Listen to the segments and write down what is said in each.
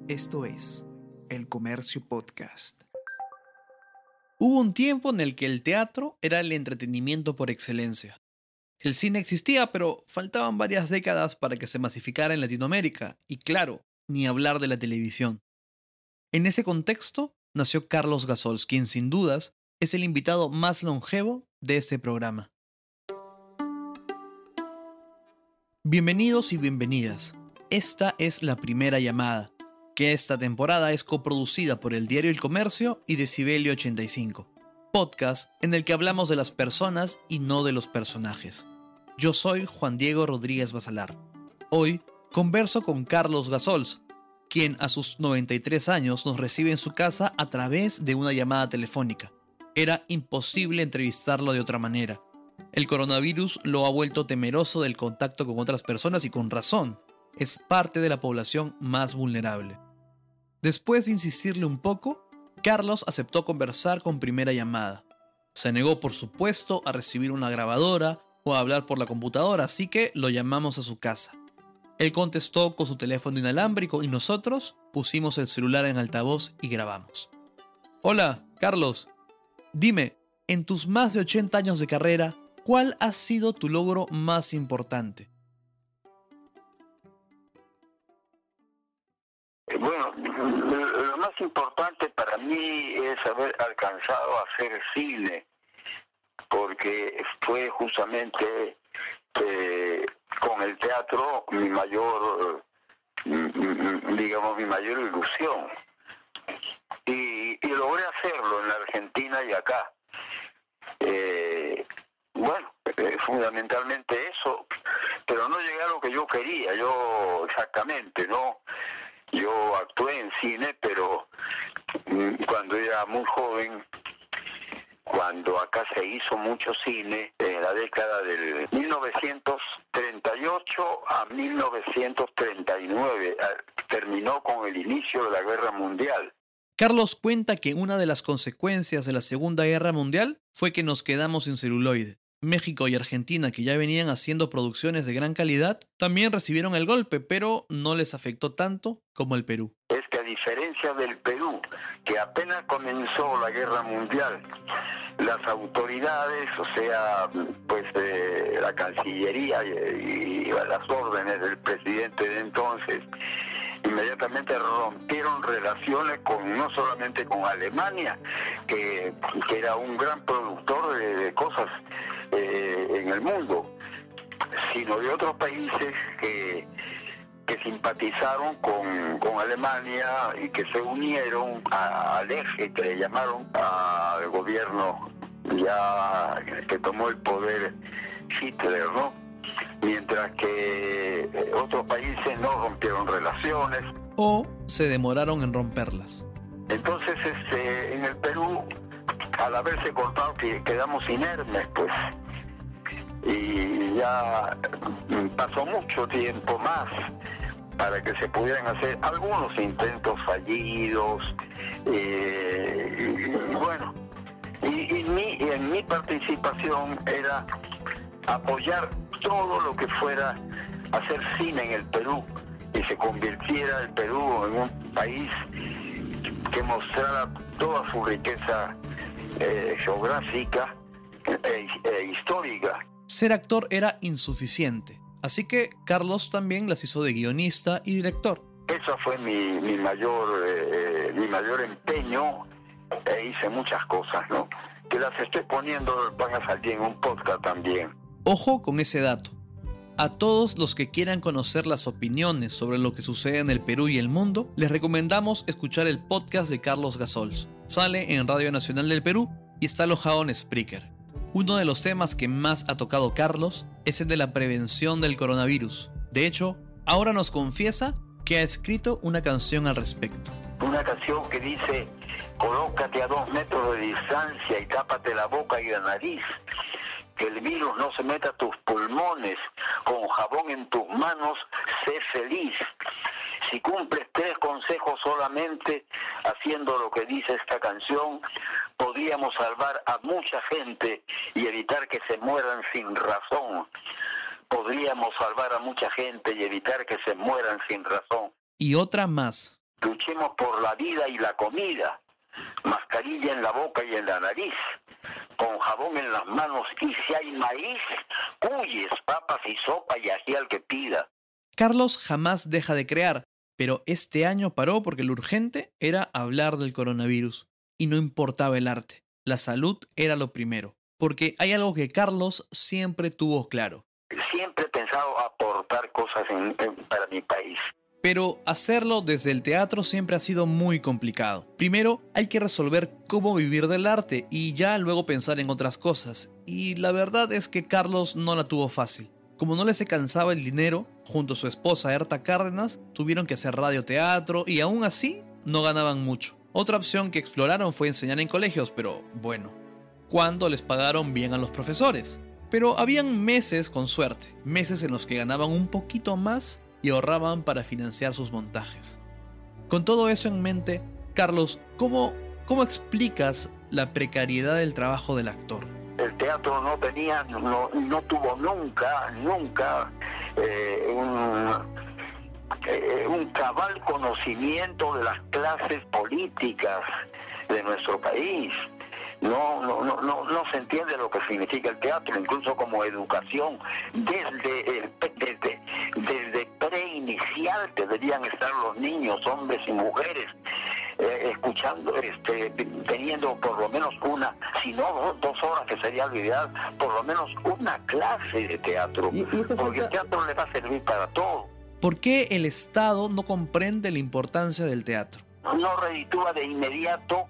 Esto es El Comercio Podcast. Hubo un tiempo en el que el teatro era el entretenimiento por excelencia. El cine existía, pero faltaban varias décadas para que se masificara en Latinoamérica, y claro, ni hablar de la televisión. En ese contexto nació Carlos Gasols, quien sin dudas es el invitado más longevo de este programa. Bienvenidos y bienvenidas. Esta es la primera llamada, que esta temporada es coproducida por el diario El Comercio y Decibelio 85, podcast en el que hablamos de las personas y no de los personajes. Yo soy Juan Diego Rodríguez Basalar. Hoy converso con Carlos Gasols, quien a sus 93 años nos recibe en su casa a través de una llamada telefónica. Era imposible entrevistarlo de otra manera. El coronavirus lo ha vuelto temeroso del contacto con otras personas y con razón. Es parte de la población más vulnerable. Después de insistirle un poco, Carlos aceptó conversar con primera llamada. Se negó, por supuesto, a recibir una grabadora o a hablar por la computadora, así que lo llamamos a su casa. Él contestó con su teléfono inalámbrico y nosotros pusimos el celular en altavoz y grabamos. Hola, Carlos. Dime, en tus más de 80 años de carrera, ¿cuál ha sido tu logro más importante? Bueno, lo más importante para mí es haber alcanzado a hacer cine, porque fue justamente con el teatro mi mayor ilusión. Y logré hacerlo en la Argentina y acá. Fundamentalmente eso, pero no llegué a lo que yo quería, yo exactamente, ¿no? Yo actué en cine, pero cuando era muy joven, cuando acá se hizo mucho cine, en la década del 1938 a 1939, terminó con el inicio de la Guerra Mundial. Carlos cuenta que una de las consecuencias de la Segunda Guerra Mundial fue que nos quedamos sin celuloide. México y Argentina, que ya venían haciendo producciones de gran calidad, también recibieron el golpe, pero no les afectó tanto como el Perú. Es que a diferencia del Perú, que apenas comenzó la Guerra Mundial, las autoridades, o sea, la Cancillería y las órdenes del presidente de entonces, inmediatamente rompieron relaciones no solamente con Alemania, que era un gran productor de cosas en el mundo, sino de otros países que simpatizaron con Alemania y que se unieron al eje que le llamaron al gobierno ya que tomó el poder Hitler, ¿no? Mientras que otros países no rompieron relaciones o se demoraron en romperlas. Entonces en el Perú, al haberse cortado, quedamos inermes, pues, y ya pasó mucho tiempo más para que se pudieran hacer algunos intentos fallidos, en mi participación era apoyar todo lo que fuera hacer cine en el Perú y se convirtiera el Perú en un país que mostrara toda su riqueza geográfica e histórica. Ser actor era insuficiente, así que Carlos también las hizo de guionista y director. Eso fue mi mayor empeño, e hice muchas cosas, ¿no? Que las estoy poniendo, van a salir en un podcast también. Ojo con ese dato. A todos los que quieran conocer las opiniones sobre lo que sucede en el Perú y el mundo, les recomendamos escuchar el podcast de Carlos Gasols. Sale en Radio Nacional del Perú y está alojado en Spreaker. Uno de los temas que más ha tocado Carlos es el de la prevención del coronavirus. De hecho, ahora nos confiesa que ha escrito una canción al respecto. Una canción que dice: colócate a 2 metros de distancia y tápate la boca y la nariz. Que el virus no se meta a tus pulmones, con jabón en tus manos, sé feliz. Si cumples 3 consejos solamente, haciendo lo que dice esta canción, podríamos salvar a mucha gente y evitar que se mueran sin razón. Podríamos salvar a mucha gente y evitar que se mueran sin razón. Y otra más. luchemos por la vida y la comida, mascarilla en la boca y en la nariz, con jabón en las manos, y si hay maíz, cuyes, papas y sopa y ají al que pida. Carlos jamás deja de crear, pero este año paró porque lo urgente era hablar del coronavirus. Y no importaba el arte, la salud era lo primero. Porque hay algo que Carlos siempre tuvo claro. Siempre he pensado aportar cosas para mi país. Pero hacerlo desde el teatro siempre ha sido muy complicado. Primero hay que resolver cómo vivir del arte y ya luego pensar en otras cosas. Y la verdad es que Carlos no la tuvo fácil. Como no les alcanzaba el dinero, junto a su esposa Herta Cárdenas, tuvieron que hacer radioteatro y aún así no ganaban mucho. Otra opción que exploraron fue enseñar en colegios, pero bueno, cuando les pagaron bien a los profesores. Pero habían meses con suerte, meses en los que ganaban un poquito más y ahorraban para financiar sus montajes. Con todo eso en mente, Carlos, ¿cómo explicas la precariedad del trabajo del actor? El teatro no tuvo nunca un cabal conocimiento de las clases políticas de nuestro país. No se entiende lo que significa el teatro, incluso como educación. Desde preinicial deberían estar los niños, hombres y mujeres, escuchando, teniendo por lo menos una, si no 2 horas, que sería lo ideal, por lo menos una clase de teatro, porque el teatro le va a servir para todo. ¿Por qué el Estado no comprende la importancia del teatro? No reditúa de inmediato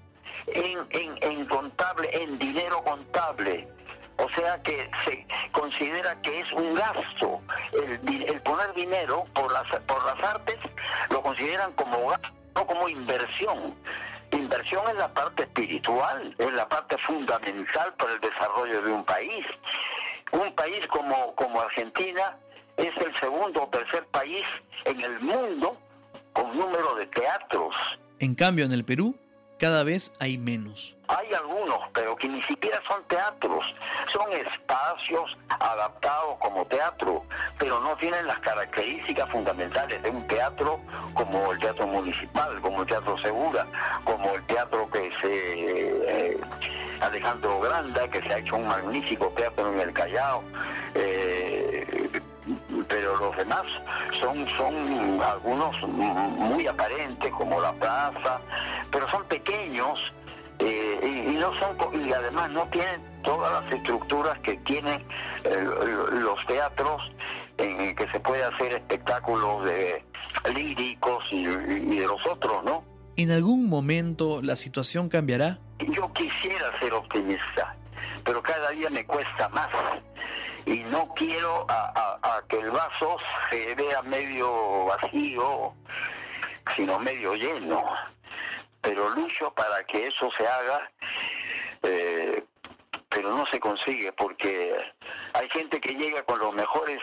en dinero contable. O sea que se considera que es un gasto. El poner dinero por las artes lo consideran como gasto, no como inversión. Inversión es la parte espiritual, es la parte fundamental para el desarrollo de un país. Un país como Argentina es el segundo o tercer país en el mundo con número de teatros. En cambio, en el Perú, cada vez hay menos. Hay algunos, pero que ni siquiera son teatros. Son espacios adaptados como teatro, pero no tienen las características fundamentales de un teatro como el teatro municipal, como el teatro Segura, como el teatro Alejandro Granda, que se ha hecho un magnífico teatro en el Callao. Pero los demás son algunos muy aparentes, como la plaza, pero son pequeños y además no tienen todas las estructuras que tienen los teatros, en que se puede hacer espectáculos líricos y de los otros, ¿no? ¿En algún momento la situación cambiará? Yo quisiera ser optimista, pero cada día me cuesta más. Y no quiero a que el vaso se vea medio vacío, sino medio lleno. Pero lucho para que eso se haga, pero no se consigue, porque hay gente que llega con los mejores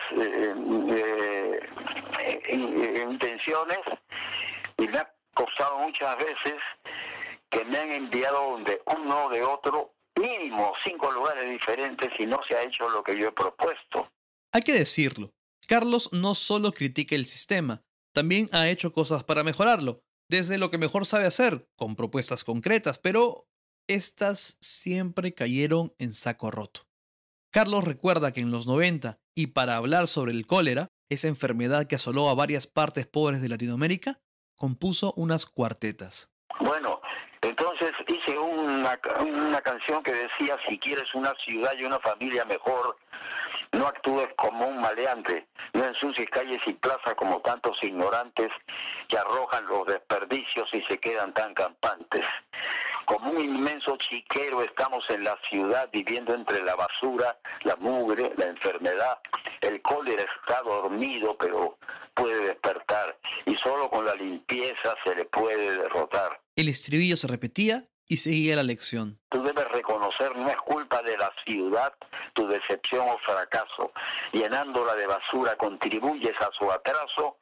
intenciones, y me ha costado muchas veces que me han enviado de uno de otro, mínimo 5 lugares diferentes, y no se ha hecho lo que yo he propuesto. Hay que decirlo, Carlos no solo critica el sistema, también ha hecho cosas para mejorarlo, desde lo que mejor sabe hacer, con propuestas concretas, pero estas siempre cayeron en saco roto. Carlos recuerda que en los 90, y para hablar sobre el cólera, esa enfermedad que asoló a varias partes pobres de Latinoamérica, compuso unas cuartetas. Bueno, entonces hice una canción que decía: si quieres una ciudad y una familia mejor, no actúes como un maleante, no ensucies calles y plazas como tantos ignorantes que arrojan los desperdicios y se quedan tan campantes. Como un inmenso chiquero estamos en la ciudad, viviendo entre la basura, la mugre, la enfermedad. El cólera está dormido, pero puede despertar, y solo con la limpieza se le puede derrotar. El estribillo se repetía y seguía la lección. Tú debes reconocer, no es culpa de la ciudad tu decepción o fracaso. Llenándola de basura contribuyes a su atraso.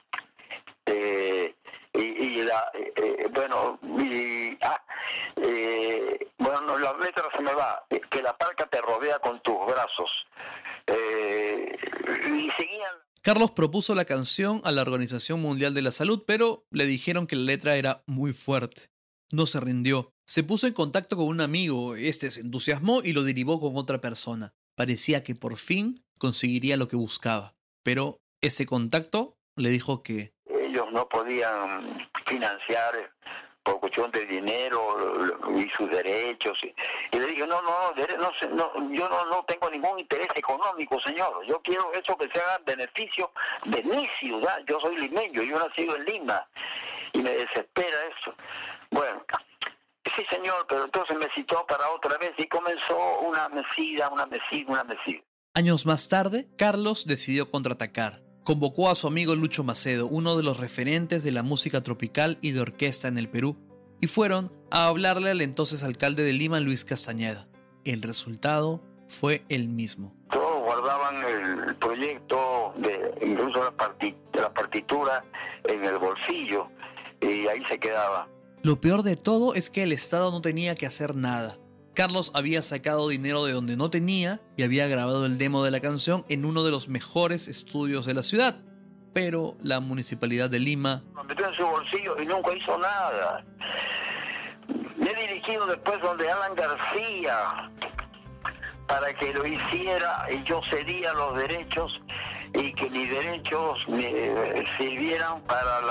La letra se me va. Que la parca te rodea con tus brazos. Y seguían. Carlos propuso la canción a la Organización Mundial de la Salud, pero le dijeron que la letra era muy fuerte. No se rindió. Se puso en contacto con un amigo, este se entusiasmó y lo derivó con otra persona. Parecía que por fin conseguiría lo que buscaba, pero ese contacto le dijo que ellos no podían financiar por cuestión de dinero y sus derechos. Y le dije, no, yo no tengo ningún interés económico, señor. Yo quiero eso que se haga en beneficio de mi ciudad. Yo soy limeño, yo he nacido en Lima y me desespera eso. Bueno, sí, señor, pero entonces me citó para otra vez y comenzó una mesida. Años más tarde, Carlos decidió contraatacar. Convocó a su amigo Lucho Macedo, uno de los referentes de la música tropical y de orquesta en el Perú, y fueron a hablarle al entonces alcalde de Lima, Luis Castañeda. El resultado fue el mismo. Todos guardaban el proyecto, incluso la partitura, en el bolsillo, y ahí se quedaba. Lo peor de todo es que el Estado no tenía que hacer nada. Carlos había sacado dinero de donde no tenía y había grabado el demo de la canción en uno de los mejores estudios de la ciudad. Pero la Municipalidad de Lima lo metió en su bolsillo y nunca hizo nada. Me he dirigido después donde Alan García para que lo hiciera y yo cedía los derechos y que mis derechos me sirvieran para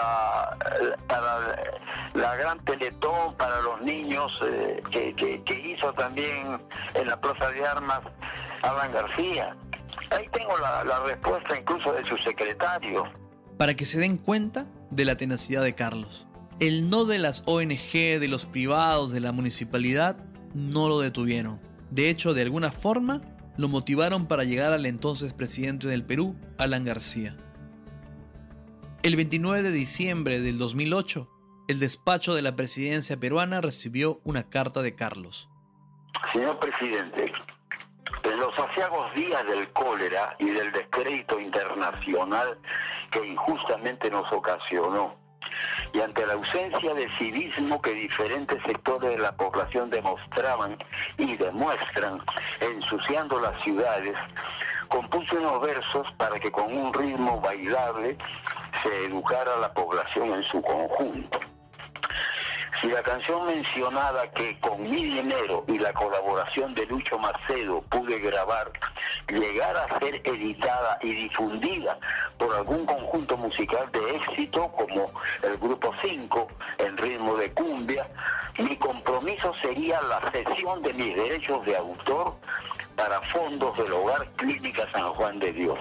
la gran Teletón para los niños que hizo también en la Plaza de Armas Alan García. Ahí tengo la respuesta incluso de su secretario. Para que se den cuenta de la tenacidad de Carlos. El no de las ONG, de los privados, de la municipalidad, no lo detuvieron. De hecho, de alguna forma, lo motivaron para llegar al entonces presidente del Perú, Alan García. El 29 de diciembre del 2008, el despacho de la presidencia peruana recibió una carta de Carlos. Señor presidente, en los aciagos días del cólera y del descrédito internacional que injustamente nos ocasionó, y ante la ausencia de civismo que diferentes sectores de la población demostraban y demuestran ensuciando las ciudades, compuse unos versos para que con un ritmo bailable se educara a la población en su conjunto. Si la canción mencionada que con mi dinero y la colaboración de Lucho Macedo pude grabar llegara a ser editada y difundida por algún conjunto musical de éxito como el Grupo 5 en ritmo de cumbia, mi compromiso sería la cesión de mis derechos de autor para fondos del Hogar Clínica San Juan de Dios.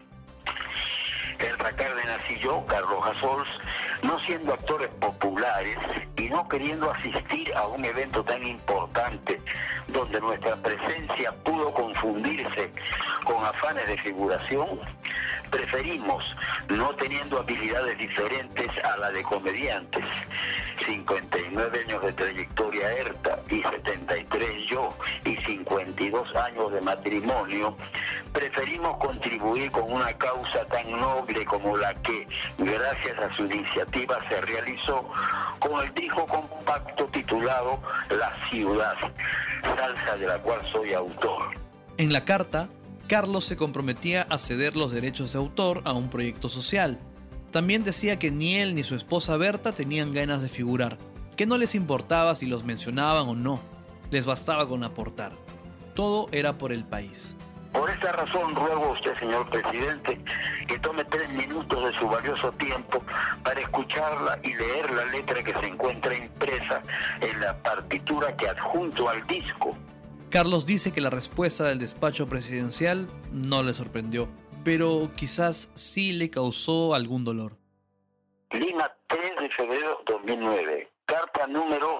Elsa Cárdenas y yo, Carlos Gasols, no siendo actores populares y no queriendo asistir a un evento tan importante donde nuestra presencia pudo confundirse con afanes de figuración, preferimos, no teniendo habilidades diferentes a la de comediantes, 59 años de trayectoria ERTA y 73 yo y 52 años de matrimonio, preferimos contribuir con una causa tan noble como la que, gracias a su iniciativa, se realizó con el disco compacto titulado La Ciudad, salsa de la cual soy autor. En la carta, Carlos se comprometía a ceder los derechos de autor a un proyecto social. También decía que ni él ni su esposa Berta tenían ganas de figurar, que no les importaba si los mencionaban o no, les bastaba con aportar. Todo era por el país. Por esta razón ruego a usted, señor presidente, que tome 3 minutos de su valioso tiempo para escucharla y leer la letra que se encuentra impresa en la partitura que adjunto al disco. Carlos dice que la respuesta del despacho presidencial no le sorprendió, pero quizás sí le causó algún dolor. Lima, 3 de febrero 2009. Carta número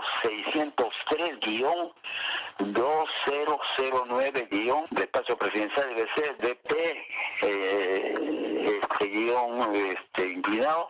603-2009- Despacho Presidencial DP, inclinado,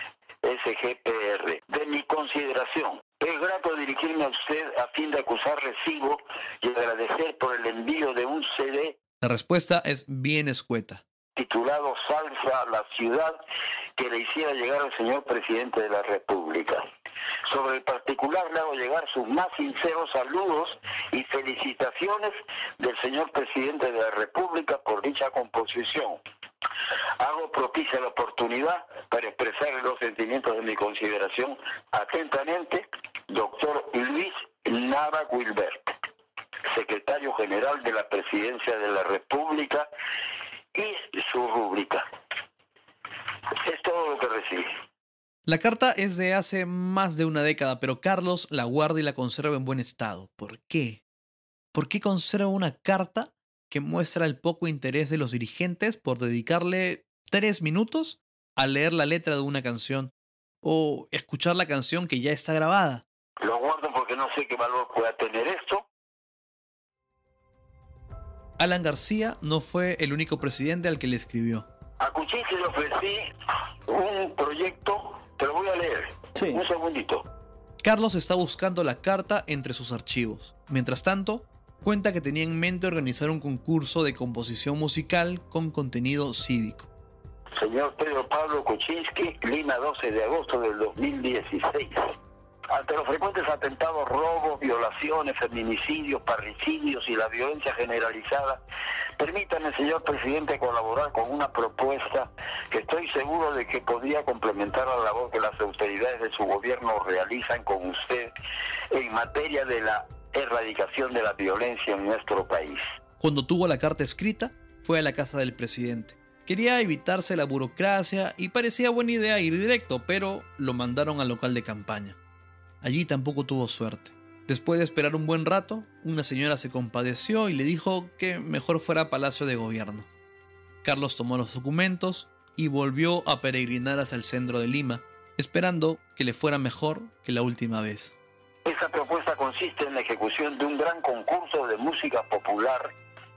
SGPR. De mi consideración, es grato dirigirme a usted a fin de acusar recibo y agradecer por el envío de un CD. La respuesta es bien escueta. Titulado Salsa la Ciudad, que le hiciera llegar al señor presidente de la República. Sobre el particular le hago llegar sus más sinceros saludos y felicitaciones del señor presidente de la República por dicha composición. Hago propicia la oportunidad para expresar los sentimientos de mi consideración. Atentamente, doctor Luis Nava Wilbert, secretario general de la Presidencia de la República, y su rúbrica. Es todo lo que recibí. La carta es de hace más de una década, pero Carlos la guarda y la conserva en buen estado. ¿Por qué? ¿Por qué conserva una carta que muestra el poco interés de los dirigentes por dedicarle 3 minutos a leer la letra de una canción o escuchar la canción que ya está grabada? Lo guardo porque no sé qué valor pueda tener esto. Alan García no fue el único presidente al que le escribió. A Kuczynski le ofrecí un proyecto, te lo voy a leer. Sí. Un segundito. Carlos está buscando la carta entre sus archivos. Mientras tanto, cuenta que tenía en mente organizar un concurso de composición musical con contenido cívico. Señor Pedro Pablo Kuczynski, Lima, 12 de agosto del 2016. Ante los frecuentes atentados, robos, violaciones, feminicidios, parricidios y la violencia generalizada, permítame, señor presidente, colaborar con una propuesta que estoy seguro de que podría complementar la labor que las autoridades de su gobierno realizan con usted en materia de la erradicación de la violencia en nuestro país. Cuando tuvo la carta escrita, fue a la casa del presidente. Quería evitarse la burocracia y parecía buena idea ir directo, pero lo mandaron al local de campaña. Allí tampoco tuvo suerte. Después de esperar un buen rato, una señora se compadeció y le dijo que mejor fuera a Palacio de Gobierno. Carlos tomó los documentos y volvió a peregrinar hacia el centro de Lima, esperando que le fuera mejor que la última vez. Esta propuesta consiste en la ejecución de un gran concurso de música popular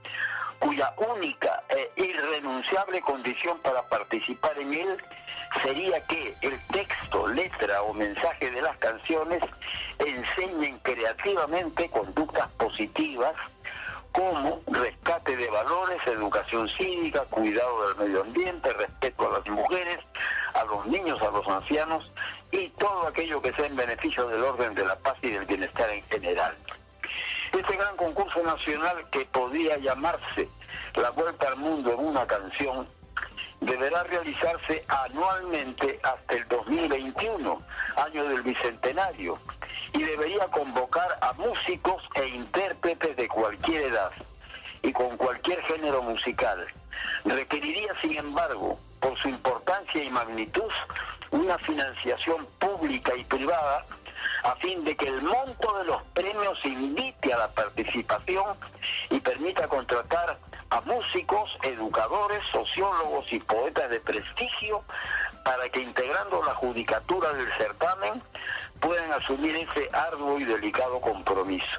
cuya única e irrenunciable condición para participar en él sería que el texto, letra o mensaje de las canciones enseñen creativamente conductas positivas como rescate de valores, educación cívica, cuidado del medio ambiente, respeto a las mujeres, a los niños, a los ancianos y todo aquello que sea en beneficio del orden de la paz y del bienestar en general. Este gran concurso nacional, que podría llamarse La Vuelta al Mundo en una canción, deberá realizarse anualmente hasta el 2021, año del Bicentenario, y debería convocar a músicos e intérpretes de cualquier edad y con cualquier género musical. Requeriría, sin embargo, por su importancia y magnitud, una financiación pública y privada a fin de que el monto de los premios invite a la participación y permita contratar a músicos, educadores, sociólogos y poetas de prestigio para que, integrando la judicatura del certamen, puedan asumir ese arduo y delicado compromiso.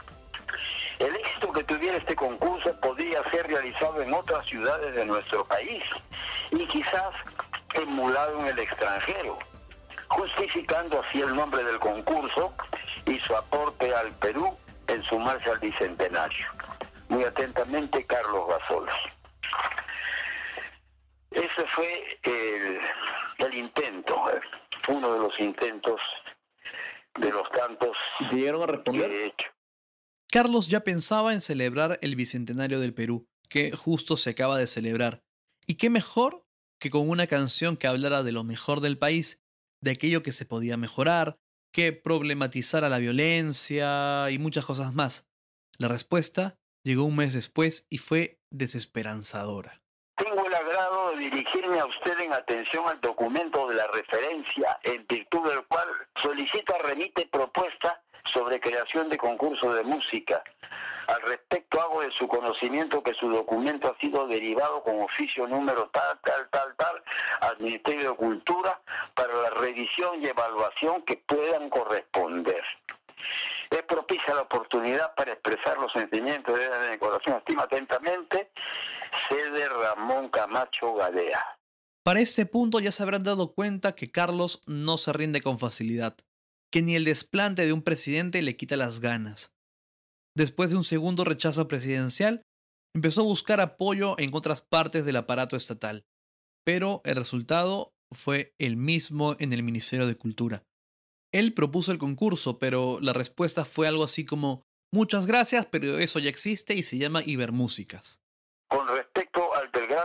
El éxito que tuviera este concurso podría ser realizado en otras ciudades de nuestro país y quizás emulado en el extranjero, justificando así el nombre del concurso y su aporte al Perú en su marcha al Bicentenario. Muy atentamente, Carlos Basols. Ese fue el intento, uno de los intentos de los tantos ¿Llegaron a responder? que he hecho. Carlos ya pensaba en celebrar el Bicentenario del Perú, que justo se acaba de celebrar. Y qué mejor que con una canción que hablara de lo mejor del país, de aquello que se podía mejorar, que problematizara la violencia y muchas cosas más. La respuesta llegó un mes después y fue desesperanzadora. Tengo el agrado de dirigirme a usted en atención al documento de la referencia, en virtud del cual solicita remite propuesta sobre creación de concurso de música. Al respecto, hago de su conocimiento que su documento ha sido derivado con oficio número tal al Ministerio de Cultura para la revisión y evaluación que puedan corresponder. Es propicia la oportunidad para expresar los sentimientos de la decoración. Estima atentamente, sede Ramón Camacho Gadea. Para ese punto ya se habrán dado cuenta que Carlos no se rinde con facilidad, que ni el desplante de un presidente le quita las ganas. Después de un segundo rechazo presidencial, empezó a buscar apoyo en otras partes del aparato estatal, pero el resultado fue el mismo en el Ministerio de Cultura. Él propuso el concurso, pero la respuesta fue algo así como: muchas gracias, pero eso ya existe y se llama Ibermúsicas. Con respecto al del gran concurso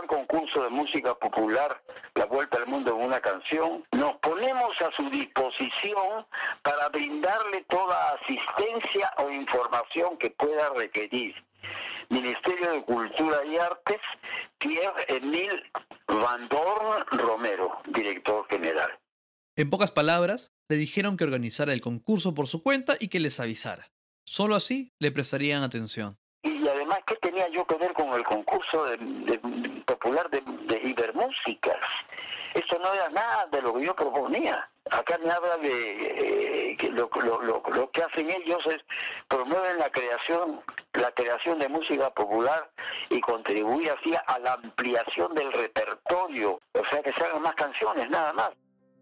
concurso de música popular La Vuelta al Mundo en una Canción, nos ponemos a su disposición para brindarle toda asistencia o información que pueda requerir. Ministerio de Cultura y Artes, Pierre-Emile Van Dorn Romero, director general. En pocas palabras, le dijeron que organizara el concurso por su cuenta y que les avisara. Solo así le prestarían atención. Y además, ¿qué tenía yo que ver con el concurso popular de Ibermúsicas? Eso no era nada de lo que yo proponía. Acá me habla de que lo que hacen ellos es promueven la creación de música popular y contribuye así a la ampliación del repertorio. O sea, que se hagan más canciones, nada más.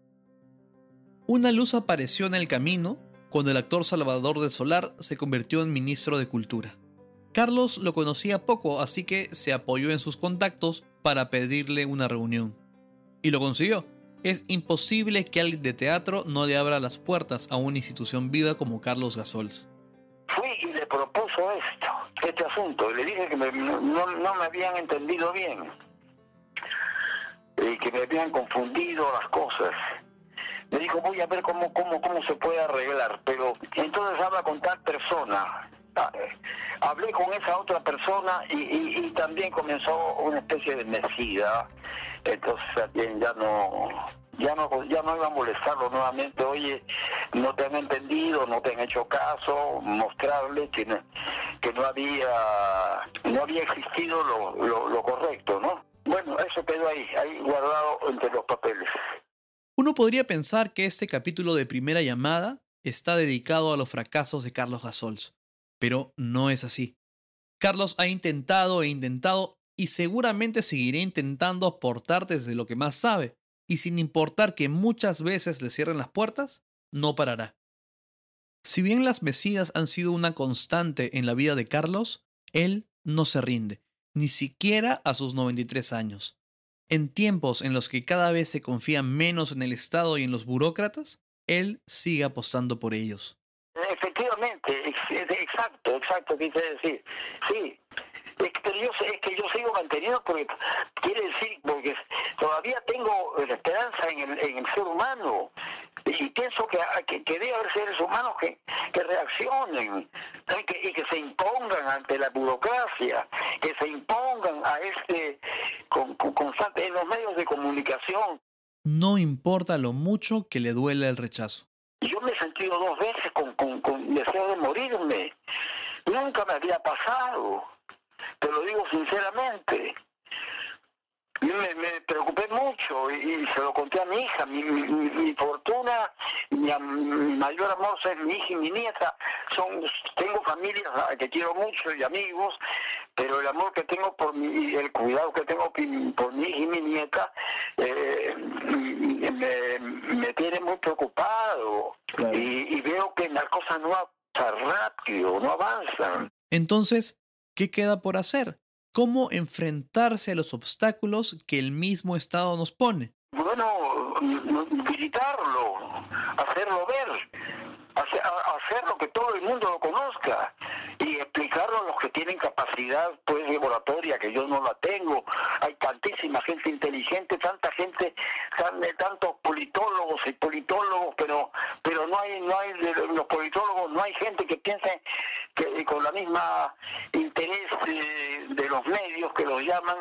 Una luz apareció en el camino cuando el actor Salvador del Solar se convirtió en ministro de Cultura. Carlos lo conocía poco, así que se apoyó en sus contactos para pedirle una reunión. Y lo consiguió. Es imposible que alguien de teatro no le abra las puertas a una institución viva como Carlos Gasols. Fui y le propuso este asunto, y le dije que no me habían entendido bien, y que me habían confundido las cosas. Me dijo, voy a ver cómo se puede arreglar, pero entonces habla con tal persona. Hablé con esa otra persona y también comenzó una especie de mesida. Entonces también ya no iba a molestarlo nuevamente. Oye, no te han entendido, no te han hecho caso, mostrarle que no había existido lo correcto, ¿no? Bueno, eso quedó ahí guardado entre los papeles. Uno podría pensar que este capítulo de Primera Llamada está dedicado a los fracasos de Carlos Gasols, pero no es así. Carlos ha intentado y seguramente seguirá intentando aportar desde lo que más sabe, y sin importar que muchas veces le cierren las puertas, no parará. Si bien las mesidas han sido una constante en la vida de Carlos, él no se rinde, ni siquiera a sus 93 años. En tiempos en los que cada vez se confía menos en el Estado y en los burócratas, él sigue apostando por ellos. Efectivamente, exacto, quise decir. Sí, es que yo sigo manteniendo porque todavía tengo esperanza en el ser humano. Y pienso que debe haber seres humanos que reaccionen y que se impongan ante la burocracia, que se impongan a constante en los medios de comunicación. No importa lo mucho que le duela el rechazo. Yo me he sentido 2 veces con deseo de morirme. Nunca me había pasado. Te lo digo sinceramente. Me preocupé mucho y se lo conté a mi hija. Mi fortuna, mi mayor amor es mi hija y mi nieta. Tengo familias que quiero mucho y amigos, pero el amor que tengo el cuidado que tengo por mi hija y mi nieta me tiene muy preocupado. Claro. Y veo que las cosas no avanzan rápido, no avanzan. Entonces, ¿qué queda por hacer? ¿Cómo enfrentarse a los obstáculos que el mismo Estado nos pone? Bueno, gritarlo, hacerlo ver, hacerlo que todo el mundo lo conozca y explicarlo a los que tienen capacidad de oratoria, que yo no la tengo. Hay tantísima gente inteligente, tanta gente, tantos politólogos, pero no hay los politólogos, no hay gente que piense que con la misma interés de los medios que los llaman,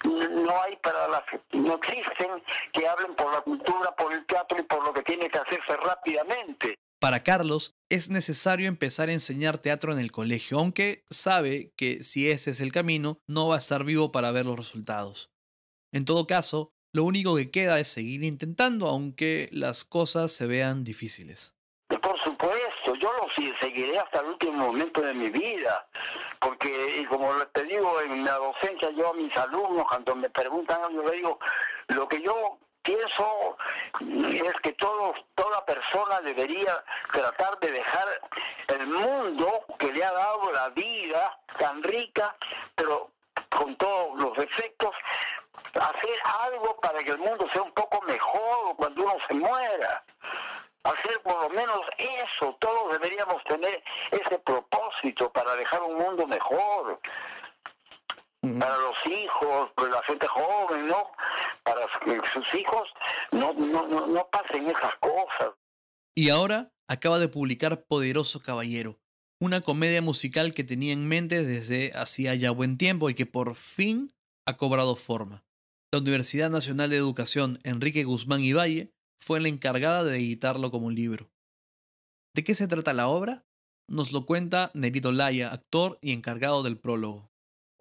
no existen que hablen por la cultura, por el teatro y por lo que tiene que hacerse rápidamente. Para Carlos, es necesario empezar a enseñar teatro en el colegio, aunque sabe que si ese es el camino, no va a estar vivo para ver los resultados. En todo caso, lo único que queda es seguir intentando, aunque las cosas se vean difíciles. Por supuesto, yo lo seguiré hasta el último momento de mi vida, porque, y como te digo, en la docencia, yo a mis alumnos, cuando me preguntan, yo les digo, lo que yo pienso es que toda persona debería tratar de dejar el mundo que le ha dado la vida tan rica, pero con todos los defectos, hacer algo para que el mundo sea un poco mejor cuando uno se muera. Hacer por lo menos eso, todos deberíamos tener ese propósito para dejar un mundo mejor. para los hijos, para la gente joven, ¿no? Para que sus hijos no pasen esas cosas. Y ahora acaba de publicar Poderoso Caballero, una comedia musical que tenía en mente desde hacía ya buen tiempo y que por fin ha cobrado forma. La Universidad Nacional de Educación Enrique Guzmán y Valle fue la encargada de editarlo como un libro. ¿De qué se trata la obra? Nos lo cuenta Nerito Laya, actor y encargado del prólogo.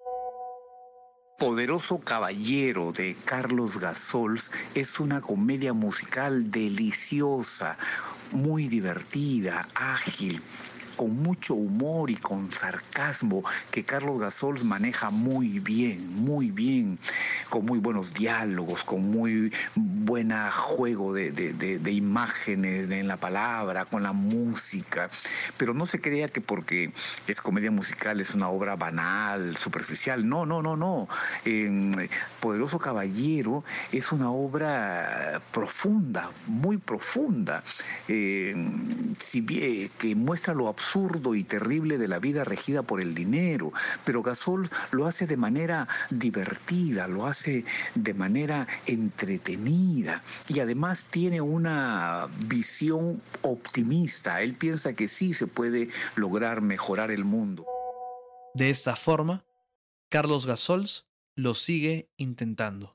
Poderoso Caballero de Carlos Gasols es una comedia musical deliciosa, muy divertida, ágil, con mucho humor y con sarcasmo que Carlos Gasols maneja muy bien, con muy buenos diálogos, con muy buena juego de imágenes en la palabra, con la música. Pero no se crea que porque es comedia musical es una obra banal, superficial. No. Poderoso Caballero es una obra profunda, muy profunda, si bien que muestra lo absurdo y terrible de la vida regida por el dinero, pero Gasol lo hace de manera divertida, lo hace de manera entretenida y además tiene una visión optimista. Él piensa que sí se puede lograr mejorar el mundo. De esta forma, Carlos Gasols lo sigue intentando.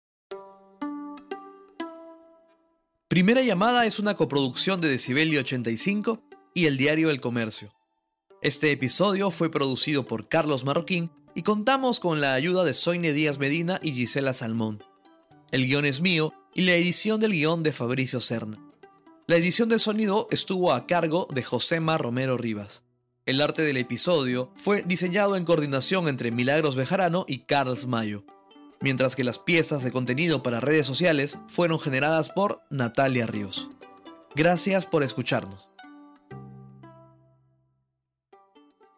Primera Llamada es una coproducción de Decibelio 85 y El Diario El Comercio. Este episodio fue producido por Carlos Marroquín y contamos con la ayuda de Soine Díaz Medina y Gisela Salmón. El guión es mío y la edición del guión de Fabricio Serna. La edición de sonido estuvo a cargo de Josema Romero Rivas. El arte del episodio fue diseñado en coordinación entre Milagros Bejarano y Carls Mayo, mientras que las piezas de contenido para redes sociales fueron generadas por Natalia Ríos. Gracias por escucharnos.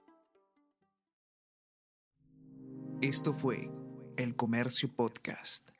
Esto fue El Comercio Podcast.